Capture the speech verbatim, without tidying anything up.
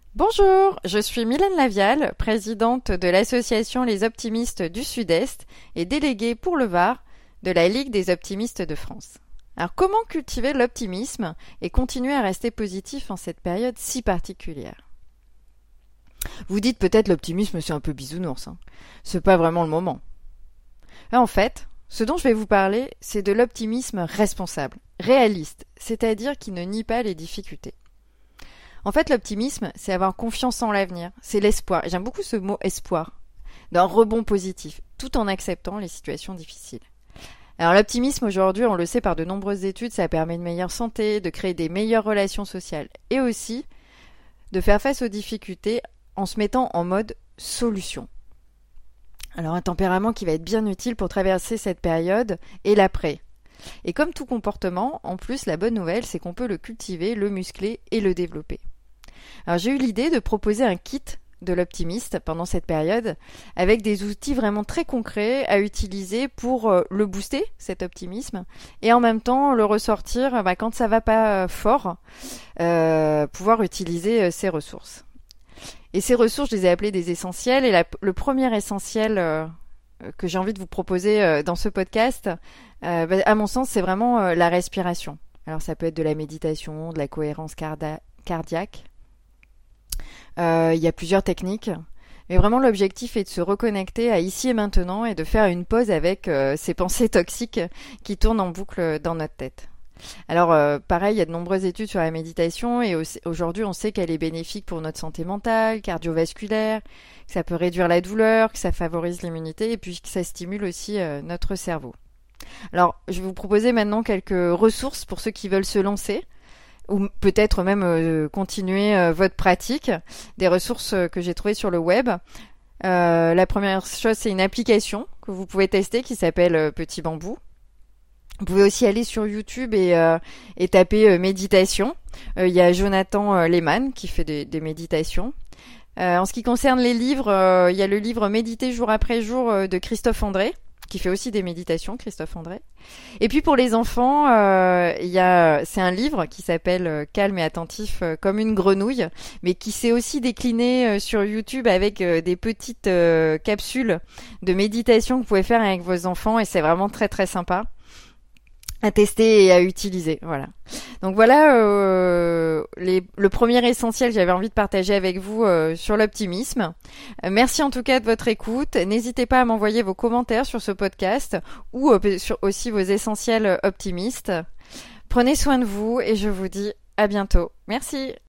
Bonjour, je suis Mylène Lavial, présidente de l'association Les Optimistes du Sud-Est et déléguée pour le Var de la Ligue des Optimistes de France. Alors comment cultiver l'optimisme et continuer à rester positif en cette période si particulière? Vous dites peut-être l'optimisme c'est un peu bisounours, hein. C'est pas vraiment le moment. En fait, ce dont je vais vous parler, c'est de l'optimisme responsable, réaliste, c'est-à-dire qui ne nie pas les difficultés. En fait, l'optimisme, c'est avoir confiance en l'avenir, c'est l'espoir. J'aime beaucoup ce mot espoir, d'un rebond positif, tout en acceptant les situations difficiles. Alors l'optimisme aujourd'hui, on le sait par de nombreuses études, ça permet une meilleure santé, de créer des meilleures relations sociales et aussi de faire face aux difficultés en se mettant en mode solution. Alors un tempérament qui va être bien utile pour traverser cette période et l'après. Et comme tout comportement, en plus la bonne nouvelle c'est qu'on peut le cultiver, le muscler et le développer. Alors j'ai eu l'idée de proposer un kit de l'optimiste pendant cette période avec des outils vraiment très concrets à utiliser pour euh, le booster, cet optimisme, et en même temps le ressortir bah, quand ça va pas euh, fort, euh, pouvoir utiliser euh, ces ressources. Et ces ressources, je les ai appelées des essentiels, et la, le premier essentiel euh, que j'ai envie de vous proposer euh, dans ce podcast, euh, bah, à mon sens, c'est vraiment euh, la respiration. Alors ça peut être de la méditation, de la cohérence carda- cardiaque. Euh, il y a plusieurs techniques, mais vraiment l'objectif est de se reconnecter à ici et maintenant et de faire une pause avec euh, ces pensées toxiques qui tournent en boucle dans notre tête. Alors euh, pareil, il y a de nombreuses études sur la méditation et aussi, aujourd'hui on sait qu'elle est bénéfique pour notre santé mentale, cardiovasculaire, que ça peut réduire la douleur, que ça favorise l'immunité et puis que ça stimule aussi euh, notre cerveau. Alors je vais vous proposer maintenant quelques ressources pour ceux qui veulent se lancer ou peut-être même euh, continuer euh, votre pratique, des ressources euh, que j'ai trouvées sur le web. Euh, la première chose, c'est une application que vous pouvez tester qui s'appelle euh, Petit Bambou. Vous pouvez aussi aller sur YouTube et, euh, et taper euh, méditation. Il euh, y a Jonathan euh, Lehmann qui fait des, des méditations. Euh, en ce qui concerne les livres, il euh, y a le livre Méditer jour après jour euh, de Christophe André, qui fait aussi des méditations, Christophe André. Et puis pour les enfants, euh, y a, c'est un livre qui s'appelle euh, Calme et attentif euh, comme une grenouille, mais qui s'est aussi décliné euh, sur YouTube avec euh, des petites euh, capsules de méditation que vous pouvez faire avec vos enfants et c'est vraiment très très sympa à tester et à utiliser. Voilà. Donc voilà euh, les, le premier essentiel que j'avais envie de partager avec vous euh, sur l'optimisme. Euh, merci en tout cas de votre écoute. N'hésitez pas à m'envoyer vos commentaires sur ce podcast ou euh, sur aussi vos essentiels optimistes. Prenez soin de vous et je vous dis à bientôt. Merci.